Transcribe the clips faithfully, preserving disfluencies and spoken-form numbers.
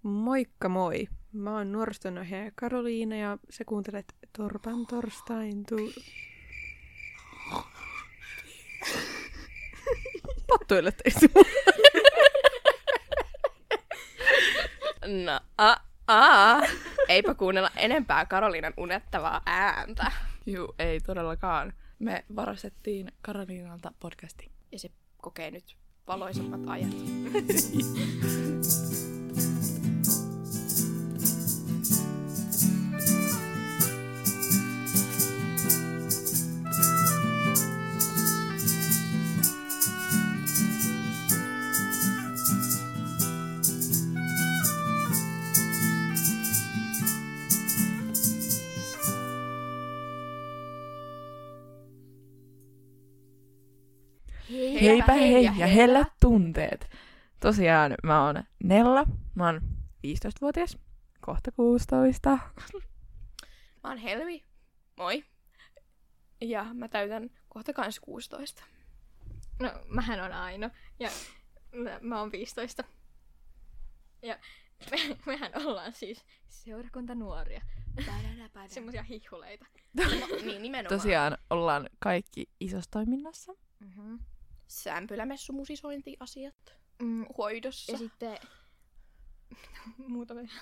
Moikka moi! Mä oon nuorisonohjaaja Karoliina ja sä kuuntelet Torpan torstain tu... Pottuilet teistä. No, a, a. Eipä kuunnella enempää Karoliinan unettavaa ääntä. Juu, ei todellakaan. Me varastettiin Karoliinalta podcasti. Ja se kokee nyt valoisammat ajat. Heipä hei ja hellät tunteet. Tosiaan mä oon Nella, mä oon viisitoistavuotias, kohta kuusitoista. Mä oon Helmi, moi. Ja mä täytän kohta kans kuusitoista. No, mähän on Aino ja mä, mä oon viisitoista. Ja me, mehän ollaan siis seurakuntanuoria. Semmosia hihuleita. Niin, nimenomaan. Tosiaan ollaan kaikki isossa toiminnassa. Mm-hmm. Sämpylämessumusisointiasiat Mm, hoidossa. ja sitten muutamia.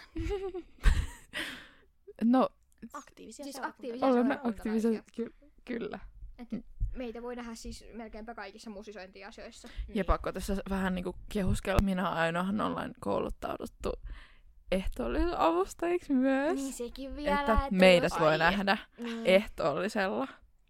No, Aktiivisia Siis seurakunta- aktiivisia olemme seurakuntalaisia. aktiivisia, ky- kyllä. Et meitä voi nähdä siis melkeinpä kaikissa musisointiasioissa. Niin. Ja pakko tässä vähän niinku kehuskella. Minä ainoahan ollaan kouluttauduttu ehtoollisella avustajiksi myös. Niin sekin vielä. Että meidät jos- voi Ai, nähdä Niin. ehtoollisella.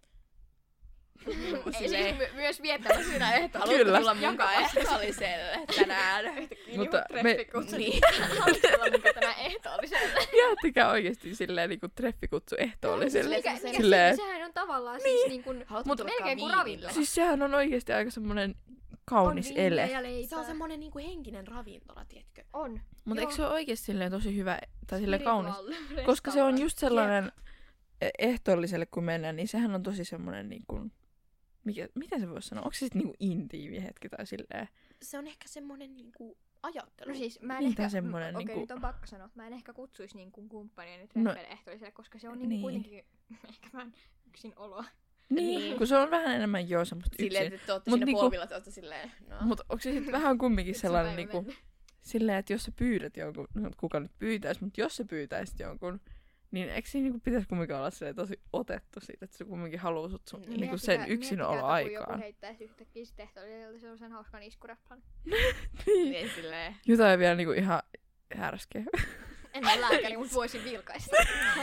Ei, siis my- myös viettämässä sinä ehtoa. Kyllä. Tulla mukaan ehtoolliselle tänään. Mutta me- Niin. Haluatko tulla mukaan tänään ehtoolliselle? Jättikää oikeesti silleen niinku treffikutsu ehtoolliselle. Mikä, mikä Silleen- se, sehän on tavallaan siis niin kuin Mutta melkein kuin ravintola. Siis sehän on oikeesti aika semmonen kaunis on viiniä ele. ja leipää. Se on semmonen niinku henkinen ravintola, tiedätkö? On. Mutta Joo. eikö se ole oikeesti silleen tosi hyvä tai silleen kaunis? Spiritual Koska se on restaurant. just sellainen e- ehtoolliselle kun mennään, niin sehän on tosi semmonen niinku... Mikä, miten se voisi sanoa? Onko se sitten niinku intiimi hetki tai silleen? Se on ehkä semmonen niinku ajattelu. No siis mä en Mitä ehkä, semmonen okei, niinku- nyt on pakko sanoa, mä en ehkä kutsuisi niinku kumppania nyt No. treffeille ehtoolliselle, koska se on niinku Niin. kuitenkin ehkä vähän yksin oloa. Niin, Niin. kun se on vähän enemmän joo semmoista Silleen, yksin. että te ootte Mut siinä niinku- polvilla, te ootte silleen, no. Mutta onko se sitten vähän kumminkin Yksi sellainen päivä niinku... mennyt. Silleen, että jos sä pyydät jonkun, no kuka nyt pyytäis, mutta jos sä pyytäisit jonkun, niin eikö siinä niinku pitäisi kumminkin olla silleen tosi otettu siitä, että se kumminkin haluaa sut sun, Niin. niinku Miettikää- sen miettikää, että yksinoloaikaan. kun joku heittäisi yhtäkkiä sit ehtoolliselle sellaisen hauskan iskureplan. Niin. Niin silleen. Jotain vielä niinku ihan härskeä. En ole lääkäri, mutta voisin vilkaista.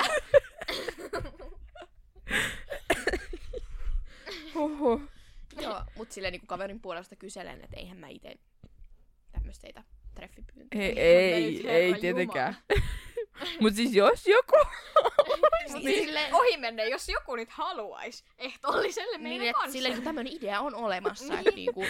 Huhhuh. Joo, mut silleen niinku kaverin puolesta kyselen, että eihän mä ite tämmöstä teitä treffipyyntöjä. Ei, Mutta ei, nyt ei Herran tietenkään. Mut siis jos joku... Niin, Niin. silleen ohi menne, jos joku nyt haluaisi ehtoolliselle Niin, meidän että kanssa. silleen kun tämmönen idea on olemassa, että Niin. niinku...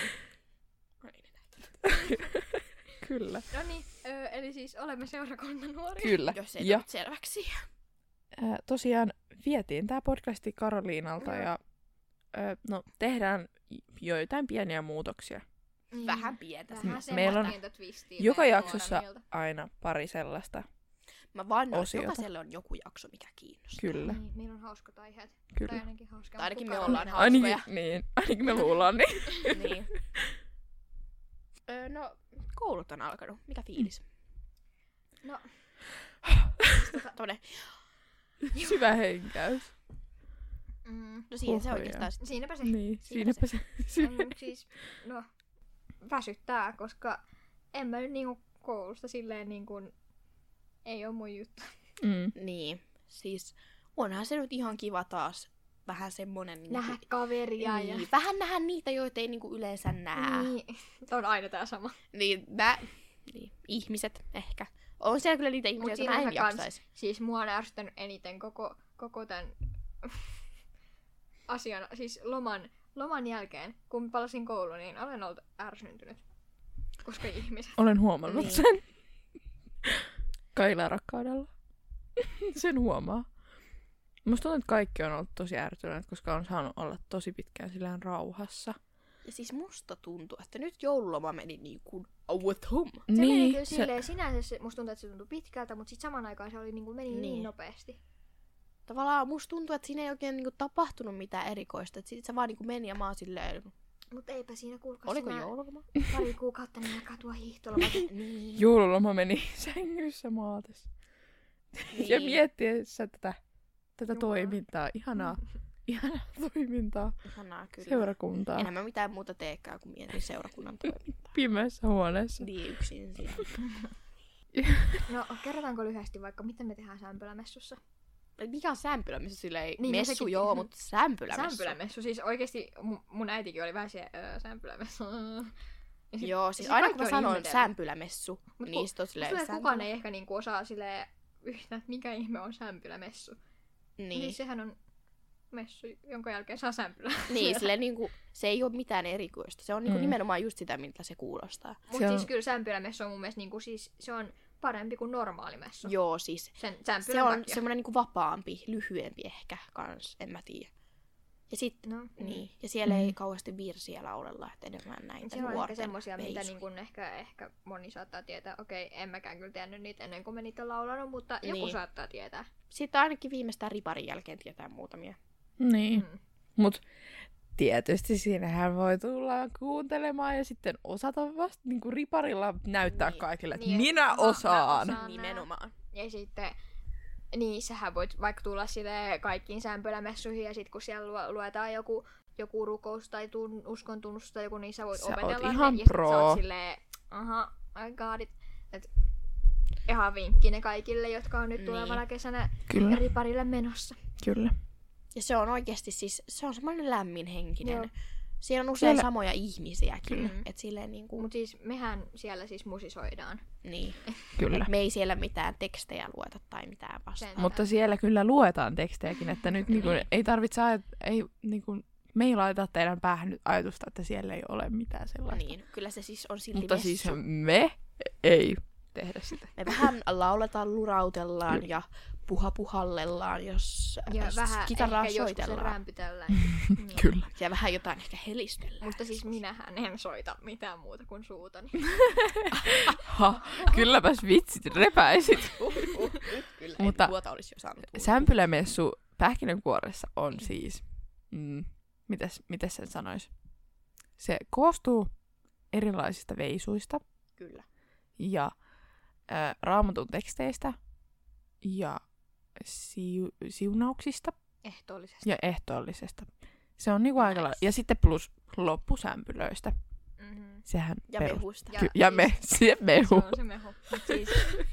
Kyllä. No niin, ö, eli siis olemme seurakunnan nuoria. Kyllä. Jos ei Ja tullut selväksi. ää, tosiaan vietiin tää podcasti Karoliinalta Joo. ja ää, no, tehdään joitain pieniä muutoksia. Niin. Vähän pientä. Vähän Meillä semmoista on pientä twistiä joka meidän jaksossa nuoremmilta. aina pari sellaista. Mä vannon, että Osiota. jokaiselle on joku jakso, mikä kiinnostaa. Kyllä, Niin, meillä on hauskat aiheet. Tai kyllä. ainakin hauskaa. Tai ainakin me kukaan ollaan ei hauskoja. Ainakin, hauskoja. niin, ainakin me luullaan niin. Niin. Öö, no, koulut on alkanut. Mikä fiilis? No, Tommonen, Syvä henkäys. mm, no siinä se Huhhuja. oikeastaan sit- siinäpä se. Niin, Siinä siinäpä se. Mm, siis, no, väsyttää, koska en mä nyt niinku koulusta silleen niinku, ei oo mun juttu. Mm. Niin, siis onhan se nyt ihan kiva taas vähän semmonen... Nähdä niinku- kaveria ja... Niin, vähän nähdä niitä, joita ei niinku yleensä näe. Niin, Niin, on aina tää sama. niin mä... Niin, ihmiset ehkä. On siellä kyllä niitä Mut ihmisiä, joita mä en siinähän kans- jaksaisi. Siis mua on ärsyttänyt eniten koko, koko tän asian, siis loman, loman jälkeen, kun palasin kouluun, niin olen ollut ärsyntynyt. Koska ihmiset. Olen huomannut Niin. sen. Kaikilla rakkaudella. Sen huomaa. Musta tuntuu, että kaikki on ollut tosi ärtyneet, koska on saanut olla tosi pitkään sillään rauhassa. Ja siis musta tuntuu, että nyt joululoma meni niin kuin with home. Se meni Niin, kyllä se, silleen, sinänsä se, musta tuntuu, että se tuntui pitkältä, mutta sitten saman aikaan se oli, niin kuin, meni niin. Niin. niin nopeasti. Tavallaan musta tuntuu, että siinä ei oikein niin kuin tapahtunut mitään erikoista. Että sit se vaan niin kuin meni ja mä oon silleen, Mutta eipä siinä kuulkaa oliko siinä joululoma? pari kuukautta niin alkaa tuo hiihtolomat. Niin. joululoma meni sängyssä maates. Niin. Ja miettiessä tätä, tätä Jumaa. toimintaa. Ihanaa, ihanaa toimintaa. Ihanaa kyllä. Seurakuntaa. Enhän mä mitään muuta teekään, kuin mietin seurakunnan toimintaa. Pimeässä huoneessa. Niin yksin siellä. No, kerrotaanko lyhyesti vaikka, miten me tehdään sämpylämessussa? Mikä on sämpylämessu? Silleen Niin, niin, no messu sekin. joo, mutta sämpylämessu. Sämpylämessu, siis oikeesti mun, mun äitikin oli vähän se öö, sämpylämessu. Ja sit- Joo, ja siis sit aina kun kaikki mä oli sanon ihmetellyt. sämpylämessu, Mut niin sit on Musta silleen tuntuu, että sämpylä. kukaan ei ehkä niinku osaa silleen yhtä, että mikä ihme on sämpylämessu. Niin. Niin, Siis sehän on messu, jonka jälkeen saa sämpylää. niin silleen niinku, se ei ole mitään erikoista. Se on niinku Mm. nimenomaan just sitä, miltä se kuulostaa. Mutta Se on- siis kyllä sämpylämessu on mun mielestä niinku, siis, se on parempi kuin normaali messu. Joo, siis Sen se sämpylän on takia. semmoinen niinku vapaampi, lyhyempi ehkä kans, en mä tiedä. Ja sit, No, niin, ja siellä ei Mm. kauheasti virsiä laulella, että enemmän näitä Siellä on ehkä nuorten semmosia, mitä veisuja. niin kun ehkä, ehkä moni saattaa tietää. Okei, en mäkään kyllä tiennyt niitä ennen kuin mä niitä on laulanut, mutta joku Niin. saattaa tietää. Sitten ainakin viimeistään riparin jälkeen tietää muutamia. Niin. Mm. Mut tietysti siinähän voi tulla kuuntelemaan ja sitten osata vasta niinku riparilla näyttää Niin. kaikille, että Niin, minä aha, mä osaan. osaan. Nimenomaan. Ja sitten, niin sähän voit vaikka tulla sille kaikkiin sämpylämessuihin ja sitten kun siellä lu- luetaan joku, joku rukous tai tun, uskon tunnustus tai joku, niin sä voit Sä oot opetella ihan ne, ja sit pro. sä oot silleen, aha, I got it. Et, ihan vinkki ne kaikille, jotka on nyt Niin. tulevana kesänä Kyllä, riparille menossa. kyllä. Ja se on oikeasti siis, se on semmoinen lämminhenkinen. Joo. Siellä on usein Siellä- samoja ihmisiäkin. Kyllä. Et silleen niinku, Mutta siis mehän siellä siis musisoidaan. niin. Kyllä. Et me ei siellä mitään tekstejä lueta tai mitään vastaan. Sen- Mutta siellä kyllä luetaan tekstejäkin, että nyt niinku, ei tarvitse aj- ei, niinku, me ei laita teidän päähän nyt ajatusta, että siellä ei ole mitään sellaista. Niin, kyllä se siis on silti Mutta messu. siis me ei tehdä sitä. Me vähän lauletaan, lurautellaan Kyllä. ja puhapuhallellaan, jos Ja jos vähän kitaraa ehkä joskus se soitellaan. rämpytellään. niin. Kyllä. Ja vähän jotain ehkä helistellään. Mutta siis minähän en soita mitään muuta kuin suutani. Ha, kylläpäs vitsit repäisit. Kyllä, Mutta ei tuota olisi jo saanut. Sämpylämessu Pähkinänkuoressa on siis, mm, mites, mites sen sanois? Se koostuu erilaisista veisuista Kyllä. ja ä, raamatun teksteistä ja siu, siunauksista Ehtoollisesti. ja ehtoollisesta. Se on niinku aika lailla. Ja sitten plus loppusämpylöistä. Mm-hmm. Sehän Ja perus- mehusta. Ky- ja me, se Se mehu. on se mehu. Mut siis,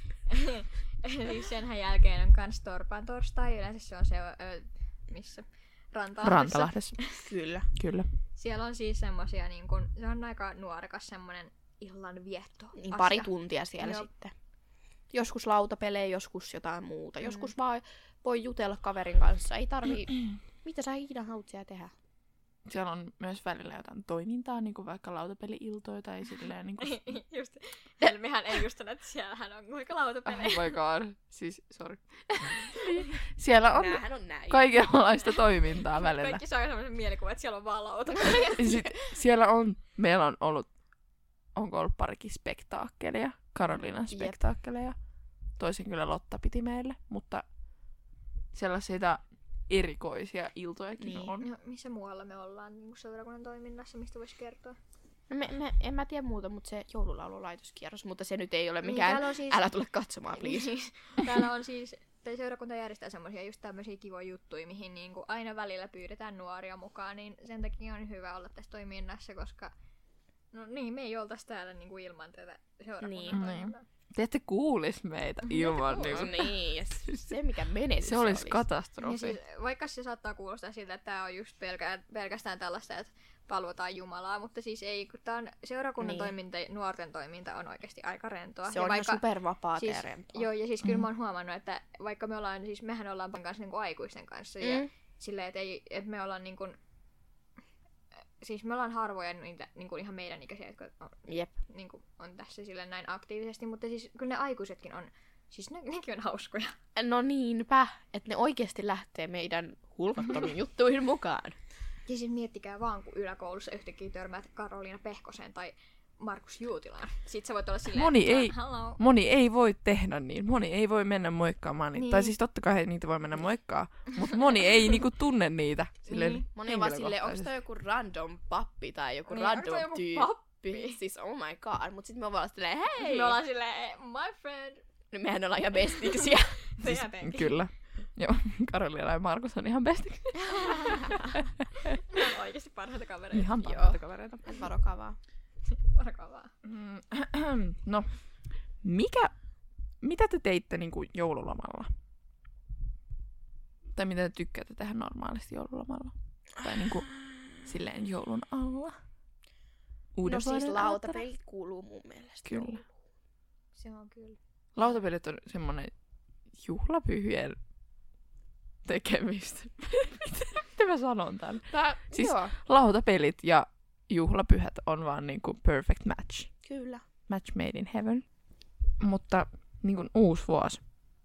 siis senhän jälkeen on kans Torpan torstai. Yleensä se on se, ö, missä? Rantalahdessa. Rantalahdessa. Kyllä. Kyllä. Siellä on siis semmosia, niin kun, se on aika nuorekas semmonen illan vietto. Niin pari tuntia siellä Joo. sitten. Joskus lautapelejä, joskus jotain muuta. Mm. Joskus vaan voi jutella kaverin kanssa. Ei tarvii... Mitä sä ikinä haluat siellä tehdä? Siellä on myös välillä jotain toimintaa, niin kuin vaikka lautapeli-iltoja tai silleen niin kuin... just, Helmihän ei just sano, että siellähän on kuinka lautapelejä. Oh my god. Siis, sorry. Siellä on Näähän on näin. kaikenlaista toimintaa välillä. Kaikki saa semmoisen mielikuvan, että siellä on vaan lautapelejä. Ja sit siellä on, meillä on ollut, onko ollut parikin spektaakkelia, Karoliinan Jep. spektaakkeleja. Toisin kyllä Lotta piti meille, mutta sellaisia erikoisia iltojakin Niin. on. No, missä muualla me ollaan niin kuin seurakunnan toiminnassa, mistä voisi kertoa? No me, me, en mä tiedä muuta, mutta se joululaululaitoskierros, mutta se nyt ei ole Niin, mikään... täällä on siis, Älä tule katsomaan, please. Siis, täällä on siis, tai seurakunta järjestää semmoisia just tämmöisiä kivoja juttuja, mihin niinku aina välillä pyydetään nuoria mukaan, niin sen takia on hyvä olla tässä toiminnassa, koska no niin, me ei oltaisi täällä niinku ilman tätä seurakunnan Niin. toimintaa. Te ette kuulis meitä ilman. kuulis. Niin, niin, ja se mikä menetys se olisi katastrofi. Ja siis, vaikka se saattaa kuulostaa siltä, että tämä on just pelkä, pelkästään tällaista, että palvotaan Jumalaa, mutta siis ei, kun tämä on seurakunnan Niin. toiminta, nuorten toiminta on oikeasti aika rentoa. Se Ja on vaikka, ihan supervapaata siis, ja rentoa. Joo, ja siis kyllä mä oon huomannut, että vaikka me ollaan, siis mehän ollaan pan kanssa niinku aikuisten kanssa, ja Mm. silleen, että, ei, että me ollaan niinku, siis me ollaan harvoja niitä niinku ihan meidän ikäisiä, jotka on, Jep. niinku, on tässä silleen näin aktiivisesti, mutta siis kyllä ne aikuisetkin on, siis ne, nekin on hauskoja. No niinpä, että ne oikeasti lähtee meidän hulvattomiin juttuihin mukaan. Ja siis miettikää vaan, kun yläkoulussa yhtäkkiä törmäät Karoliina Pehkoseen tai Markus Juutilaan. Sitten sä voit olla silleen, Moni ei, hello. moni ei voi tehdä niin. Moni ei voi mennä moikkaamaan niitä. Niin. Tai siis totta kai niitä voi mennä moikkaa, mutta moni ei niinku tunne niitä. Silleen Niin. Moni on vaan silleen, onks toi henkilökohtaisesti. joku random pappi tai joku Niin, onks random toi joku tyyppi. pappi? Siis oh my god. Mut sit me ollaan silleen, hei! Me ollaan silleen, my friend. No, mehän ollaan ihan bestiksiä. Siis, Tietenkin. kyllä. Joo, Karoliina ja Markus on ihan bestiksi. Ne on oikeesti parhaita kavereita. Ihan Joo. parhaita kavereita. Et varokaa vaan. Varkaa vaan. Mm, no, mikä, mitä te teitte niinku joululomalla? Tai mitä te tykkäätte tehdä normaalisti joululomalla? Tai niinku silleen joulun alla? Uuden No siis vuoden lautapelit kuuluu mun mielestä. Kyllä. jouluun. Se on kyllä. Lautapelit on semmonen juhlapyhien tekemistä. Miten mä sanon tän? Tää, Siis- joo, Lautapelit ja juhlapyhät on vaan niinku perfect match. kyllä. Match made in heaven. Mutta niinku uusi vuosi.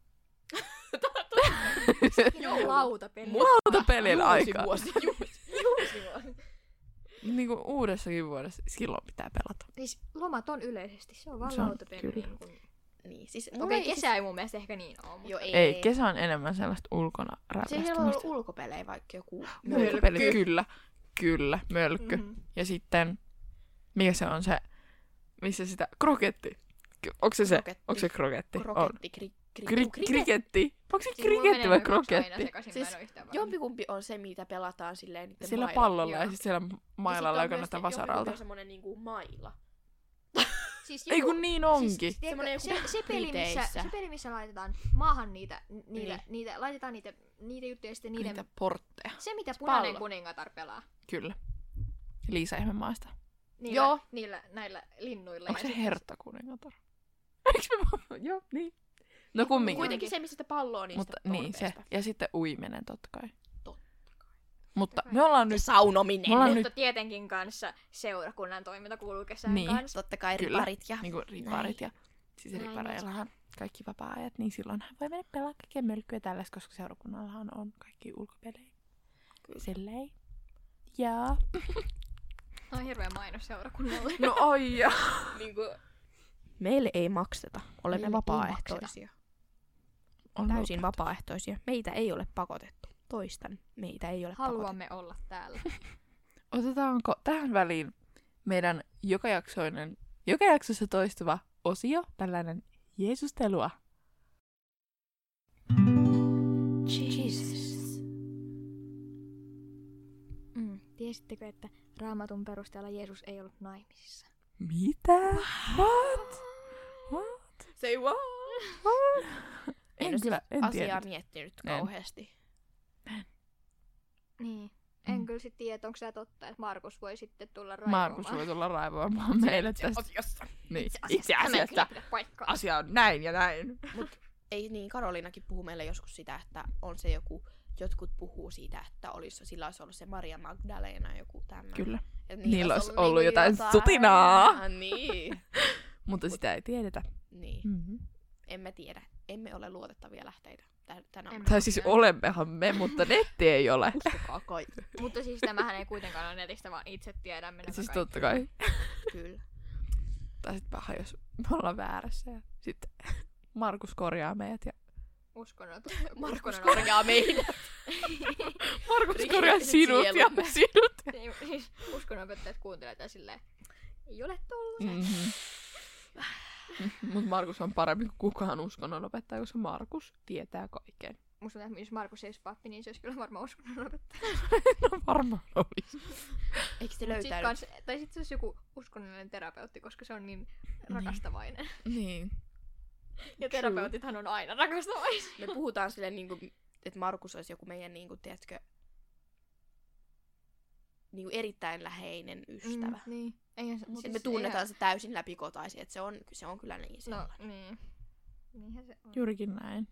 Joo, lautapeli. Lautapelin Uusi aika. vuosi. Uusi vuosi. Niinku uudessakin vuodessa silloin pitää pelata. Siis lomat on yleisesti, se on vaan Se on, lautapeli. kyllä. Niin kuin... Niin, siis Okei, mulla okay, ei kesä ei mun mielestä ehkä niin ole. Siis, joo, ei. Ei, kesä on enemmän sellaista ulkona Se ei ole räplästämistä. ollut ulkopelejä, vaikka joku Ulkopelit, kyllä. Kyllä, mölkky. Mm-hmm. Ja sitten, mikä se on se, missä sitä, kroketti. Onko se se? Kroketti. Onko se kroketti? On. kroketti, kri, kri, Kri, kriketti. kriketti. Onko se Siis mulla kriketti vai menee ne kaksi aina kroketti? sekaisin, Siis mä en oo yhtään varma. Jompikumpi on se, mitä pelataan silleen niiden Siellä mailla. pallolla ja Joo. sitten siellä mailalla, joka näyttää vasaralta. on semmonen niinku maila. Siis Ei kun niin onkin. Siis, tiedätkö, Semmonen se, joku se, peli, missä, Briteissä. se peli, missä laitetaan maahan niitä, niitä, Niin. niitä, laitetaan niitä, niitä juttuja ja sitten niiden... Niitä portteja. Se, mitä punainen pallo. kuningatar pelaa. Kyllä. Liisa Ihmemaasta. Niillä, Joo. Niillä, näillä linnuilla. Onko ja se sitten- Hertta kuningatar? Eikö me vaan? Joo, niin. No kumminkin. Kuitenkin se, missä sitä palloa niistä Mutta niin, se. porteista. Ja sitten uiminen totta kai. Totta Mutta kai. me ollaan Ja nyt... saunominen. Me ollaan Mutta nyt tietenkin kanssa seurakunnan toiminta kuuluu kesään Niin. kanssa. Totta kai Kyllä. riparit ja... niinku riparit ja siis Näin. ripareillahan kaikki vapaa-ajat, niin silloin hän voi mennä pelaa kaikkea mölkkyä tällaista, koska seurakunnallahan on kaikki ulkopelejä. Kyllä. Silleen. Ja... On hirveä mainos seurakunnalle. No oi ja. Niinku... Meille ei makseta. Olemme Meille ei vapaaehtoisia. On Täysin vapaaehtoisia. Meitä ei ole pakotettu. Toistan. Meitä ei ole pakotettu. Haluamme olla täällä. Otetaanko tähän väliin meidän joka jaksoinen, joka jaksossa toistuva osio, tällainen Jeesustelua. Jesus. Mm. Tiesittekö, että Raamatun perusteella Jeesus ei ollut naimisissa? Mitä? What? What? Say what? En En ole kyllä, sitä en asiaa tiedä. miettinyt En. kauheasti. Niin. En Mm. kyllä sit tiedä, että onko se totta, että Markus voi sitten tulla raivoamaan. Markus voi tulla raivoamaan meille tästä. Asiassa. Niin, Itse itse tämä ei kyllä asiassa pidä paikkaa. asia on näin ja näin. Ei niin, Karoliinakin puhuu meille joskus sitä, että on se joku, jotkut puhuu siitä, että olisi, sillä olisi ollut se Maria Magdalena joku tämmöinen. Kyllä. Et Niillä olisi niinku ollut jotain sutinaa. Niin. Mutta sitä ei tiedetä. niin. Mm-hmm. Emme tiedä. Emme ole luotettavia lähteitä tä- tänä Emme. vuonna. Tai siis olemmehan me, mutta netti ei ole. Uskokaa kaikki. Mutta siis tämähän ei kuitenkaan ole netistä, vaan itse tiedämme nämä Siis kaikki. totta kai. Kyllä. Tai sitten vähän, jos me ollaan väärässä. Ja sitten Markus korjaa meidät. Ja Uskonnon. Markus uskonnon- korjaa meidät. Markus Rikki- korjaa sinut ja sielumme. sinut. Ei, siis uskonnonopettajat kuuntelevat ja silleen, ei ole tullut se. Mm-hmm. Mutta Markus on parempi kuin kukaan uskonnonopettaja, koska Markus tietää kaiken. Musta tuntuu, että jos Markus ei olisi pappi, niin se olisi kyllä varmaan uskonnonopettaja. No varmaan olisi. Eikö se Sit löytänyt? kans, tai sitten se olisi joku uskonnollinen terapeutti, koska se on niin rakastavainen. Niin. Ja terapeutithan on aina rakastavaisia. Me puhutaan silleen, niinku, että Markus olisi joku meidän, niinku, tiedätkö, niinku erittäin läheinen ystävä. Mm, niin. Eihän se, Sitten me tunnetaan se täysin läpikotaisin, että se on, se on kyllä niin No, sellainen. niin. Niinhän se on. Juurikin näin.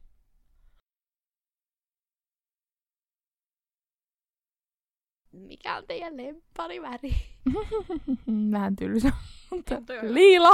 Mikä on teidän lemppariväri? Vähän tylsä, mutta Niin, toi on hyvä. liila.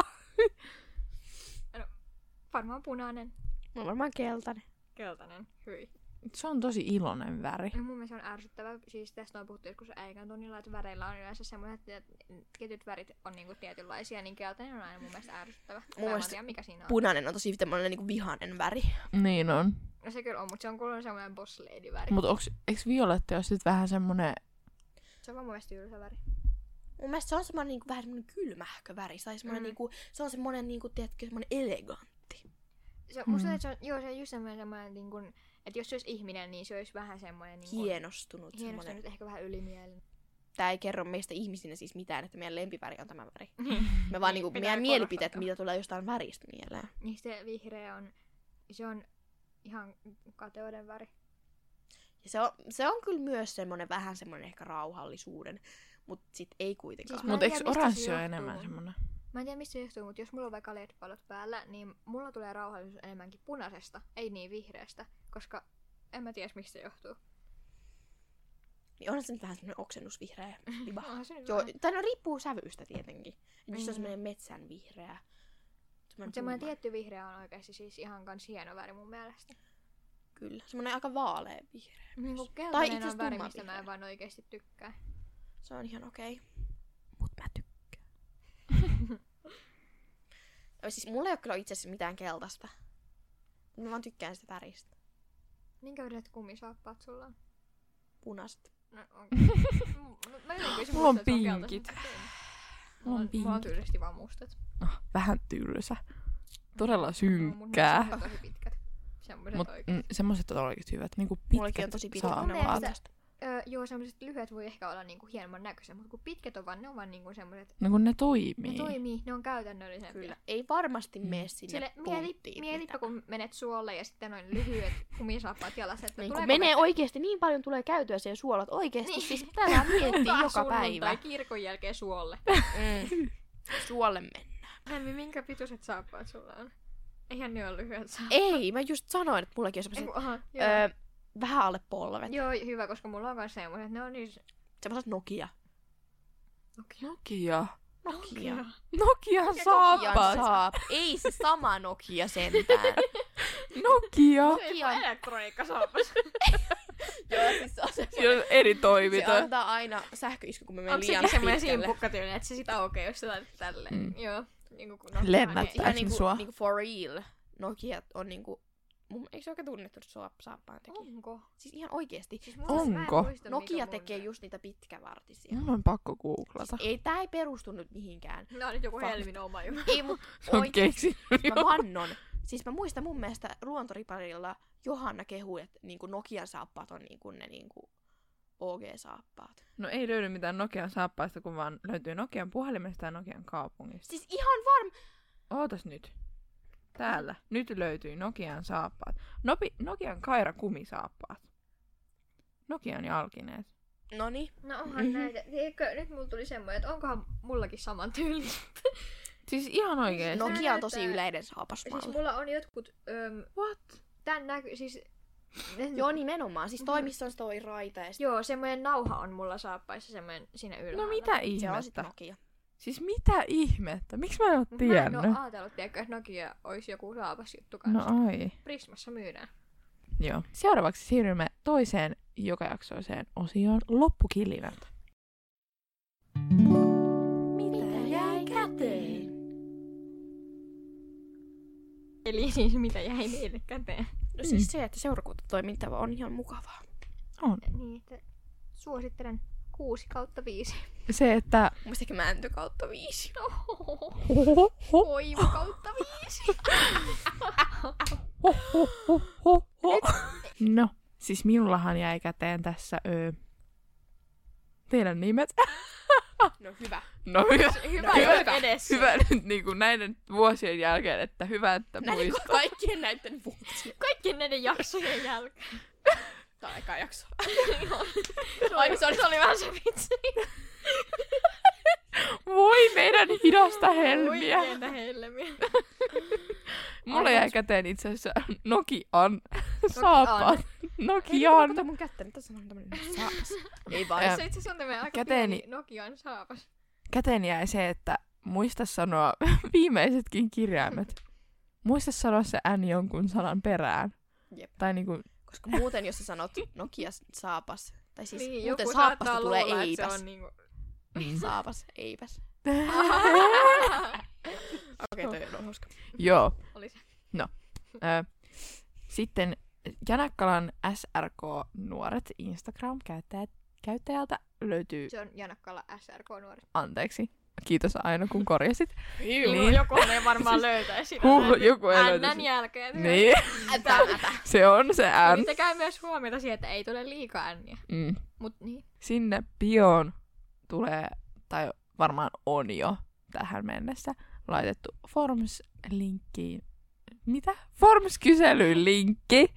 Varmaan punainen. Mä oon varmaan keltainen. Keltainen. Hyi. Se on tosi iloinen väri. No, mun mielestä se on ärsyttävä. Siis tästä on puhuttu joskus äikän tunnilla, että väreillä on yleensä semmoiset, että tietyt värit on niinku tietynlaisia, niin keltainen on aina mun mielestä ärsyttävä. Mun mielestä tiedä, mikä siinä on. Punainen on tosi tämmönen niinku vihainen väri. Niin on. No se kyllä on, mutta se on kuullut semmoinen boss lady väri. Mut onks, eiks violetti ole sit vähän semmonen... Se on vaan mun mielestä tylsä väri. Mun mielestä se on semmoinen niinku, vähän semmoinen kylmähkö väri. Tai semmoinen, Mm. niinku, se on semmoinen, niinku, tiedätkö, semmoinen elegantti. Se, Mm. musta, että se on, joo, se on just semmoinen, semmoinen niin kuin, että jos se olisi ihminen, niin se olisi vähän semmoinen niin kuin, Hienostunut. semmoinen. hienostunut, ehkä vähän ylimielinen. Tää ei kerro meistä ihmisinä siis mitään, että meidän lempiväri on tämä väri. Niin. Me vaan niinku, Pitää meidän mielipiteet, korostaa. mitä tulee jostain väristä mieleen. Niin se vihreä on, se on ihan kateuden väri. Ja se on, se on kyllä myös semmoinen vähän semmoinen ehkä rauhallisuuden, mutta sit ei kuitenkaan. Siis mä en Mut tiedä, eiks mistä se oranssi ole johtuu. enemmän semmonen? Mä en tiedä mistä se johtuu, mutta jos mulla on vaikka L E D-valot päällä, niin mulla tulee rauhallisuus enemmänkin punaisesta, ei niin vihreästä, koska en mä tiedä mistä se johtuu. Niin onhan se nyt vähän semmoinen oksennusvihreä viba. Onhan se nyt Joo, vähän. tai no riippuu sävyystä tietenkin. Et jos se on Mm. semmoinen metsän vihreä. Mut semmoinen tietty vihreä on oikeasti siis ihan kans hieno väri mun mielestä. Kyllä, semmoinen aika vaalea vihreä. Niin kuin Tai keltainen itse on asiassa väri, tumma mistä mä vihreä. en vaan oikeasti tykkää. Se on ihan okei. Mut mä tykkään. Ja siis mulla ei oo kyllä itse asiassa mitään keltaista. Mä vaan tykkään sitä väristä. Minkä väriset kummisaappaat sulla on? Punaiset. No, on. no, mä jotenkin Mulla on muistan, että se pinkit. keltaiset. Mulla on Mulla on pinkit. tyylisesti vaan mustat. Ah, vähän tylsä. Todella No, mut synkkää. ne on tosi pitkät. Semmoiset Mut oikein. mm, semmoset on oikeesti hyvät. Niinku Mullakin pitkät on tosi pitkät Mun saappaat. mielestä- Öö, joo, semmoiset lyhyet voi ehkä olla niinku hieman näköisiä, mutta kun pitkät on vaan, ne on vaan niinku semmoiset, No kun ne ne toimii. toimii, ne on käytännöllisempiä. Kyllä. Ei varmasti Mm. mene sinne Sille mieti, punttiin mietipä, mitään. kun menet suolle ja sitten noin lyhyet kumisaappaat jalassa, että Niin, kun tuleeko menee vettä? oikeesti niin paljon tulee käytyä siellä suolat. Oikeesti Niin. siis täällä miettii Taas joka sunnuntai päivä. kirkon jälkeen suolle. Mm. Suolle mennään. Hämmi, minkä pituiset saappaat sulla on? Eihän ne ole lyhyet saappaat. Ei, mä just sanoin, että mullakin on Ei, semmoset kun- aha, joo. öö, vähän alle polvet. Joo, hyvä, koska mulla on myös semmoiset, ne on niin... Semmoset Nokia. Nokia. Nokia. Nokian Nokian saappaat. saap. Ei se sama Nokia sentään. Nokia. Nokian. Elektroniikkasaappas. Joo, siis se on se. Siinä on eri Se toiminta. antaa aina sähköisky, kun me menen Onko liian sekin semmoinen pitkälle. simpukkatyylinen, että se sitä aukeaa, jos sä laitat tälleen? Mm. Joo. Niin kuin Lennättää. Ihan Pääsin niinku, sua. niinku for real. Nokia on niinku... Mun, eikö se oikein tunnettu saappaan tekijä? Onko? Siis ihan oikeesti. Siis mulla on- mä en Onko? muista, Nokia mikä mun- tekee just niitä pitkävartisia. Mun on pakko googlata. Ei, tää ei perustu nyt mihinkään. Nää on nyt joku Fakta. Helmin oma juttu. Ei, mut Se on oikeesti. keksinyt. Mä vannon. Siis mä muistan mun mielestä Luontoriparilla Johanna kehui, että niinku Nokian saappaat on niinku ne niinku O G-saappaat. No ei löydy mitään Nokian saappaista, kun vaan löytyy Nokian puhelimesta ja Nokian kaupungista. Siis ihan varma. Ootas nyt. Täällä. Nyt löytyy Nokian saappaat. Nopi, Nokian Kaira kumisaappaat. Nokian jalkineet. Noni. No onhan näitä. Eikö, nyt mulla tuli semmoinen, että onkohan mullakin saman tyyli. Siis ihan oikeesti. Nokia on näyttää- tosi yleinen saapasmalli. Siis mulla on jotkut... Öm, What? tän näky... Siis... Joo, nimenomaan. Siis Mhm. toimistossa toi raita ja sit Joo, semmoinen nauha on mulla saappaissa semmoinen siinä ylhäällä. No mitä se on sit ihmettä? Nokia. Siis mitä ihmettä? Miksi mä en oo Mut mä en tiennyt? oo ajatellut, tiedätkö, että Nokia olisi joku saapas juttu No kanssa. ai. Prismassa myydään. Joo. Seuraavaksi siirrymme toiseen jokajaksoiseen osioon loppukilinät. Mitä jäi käteen? Eli siis mitä jäi meille käteen. No siis se, että seurakuntatoiminta on ihan mukavaa. On. Niin, että suosittelen kuusi kautta viisi. Se, että... Muistakin mänty kautta viisi. Koivu kautta viisi. No, siis minullahan jäi käteen tässä öö, teidän nimet. No hyvä. No hyvä. Hyvä, No, hyvä, hyvä. edessä. Hyvä nyt niinku näiden vuosien jälkeen, että hyvä, että Näin muistaa. kaikkien näiden vuosien. Kaikkien näiden jaksojen jälkeen. Tää on eka jakso. se, oli, se, oli, se oli vähän se vitsi. Voi meidän hidasta helmiä. Voi pientä helmiä. Mulla jäi käteen itse asiassa Nokian saappaat. Hei, Nokian. kato mun kättä, nyt tässä on tämmönen saapas. Ei vaan. Ää, Se itse asiassa on tämmöinen aika käteeni- pieni Nokian saapas. Käteen jäi se, että muista sanoa viimeisetkin kirjaimet. Muista sanoa se N jonkun sanan perään. Jep. Tai niinku Koska muuten, jos sä sanot Nokia saapas, tai siis Niin, muuten joku saappasta saattaa tulee luulla, että eipäs. se on niinku... Mm. Saapas, eipäs. Okei, okay, toi on hauska. Joo. Oli se. Ö, sitten Janakkalan S R K-nuoret Instagram-käyttäjät käyttäjältä löytyy, Se on Janakkala S R K-nuori. anteeksi, kiitos Aino kun korjasit. Niin. Niin. Joku ei varmaan löytäisi. Huh, joku ei Ännän löytäisi. jälkeen. Niin, Ätä, ätä. se on se N. Pitäkää myös huomiota siihen, että ei tule liikaa änniä. Mm. Mut niin. Sinne bioon tulee, tai varmaan on jo tähän mennessä, laitettu Forms-linkkiin. Mitä? Forms-kyselyyn linkki.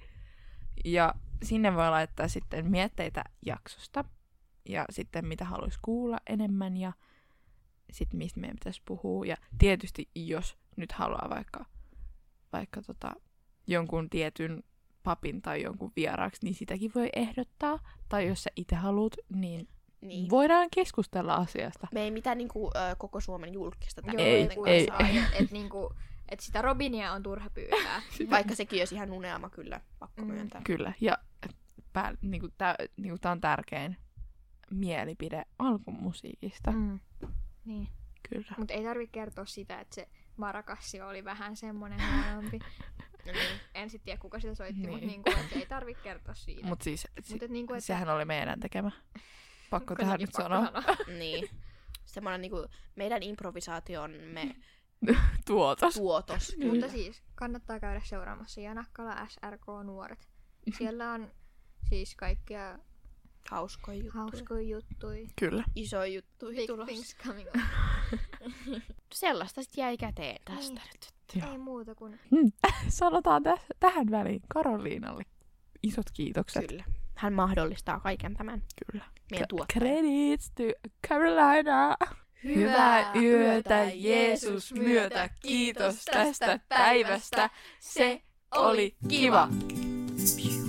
Ja sinne voi laittaa sitten mietteitä jaksosta. Ja sitten mitä haluaisi kuulla enemmän ja sitten mistä meidän pitäisi puhua. Ja tietysti jos nyt haluaa vaikka, vaikka tota, jonkun tietyn papin tai jonkun vieraaksi, niin sitäkin voi ehdottaa. Tai jos sä itse haluat, niin, Niin. voidaan keskustella asiasta. Me ei mitään niinku, ö, koko Suomen julkista Joo, tänne Ei, kuitenkaan ei, saa. ei. Et, et niinku, et sitä Robinia on turha pyytää. Vaikka sekin olisi ihan unelma kyllä, pakko Mm. myöntää. Kyllä. Ja pää, niinku, tää, niinku, tää on tärkein mielipide alkumusiikista. Mm. Niin. Kyllä. Mut ei tarvitse kertoa sitä, että se Marakassio oli vähän semmonen huonompi. No niin. En sit tiedä, kuka sitä soitti, Niin. mut niinku, et ei tarvitse kertoa siitä. Mut siis, Mut et niinku, että... sehän oli meidän tekemä. Pakko tähän Kuitenkin nyt pakko sanoa. Niin. Semmoinen niinku meidän improvisaation me Tuotos. tuotos. Kyllä. Mutta siis kannattaa käydä seuraamassa Janakkala S R K-nuoret. Siellä on siis kaikkia Hauskoja juttuja. hauskoja juttuja. Kyllä. Isoja juttuja Big tulossa. things coming on. Sellaista sit jäi käteen tästä Niin. nyt. Joo. Ei muuta kuin... Sanotaan täs, tähän väliin Karoliinalle isot kiitokset. Kyllä. Hän mahdollistaa kaiken tämän. Kyllä. Meidän K- tuottaja. Credits to Carolina. Hyvää yötä, Jeesus myötä. Kiitos tästä päivästä. Se oli kiva.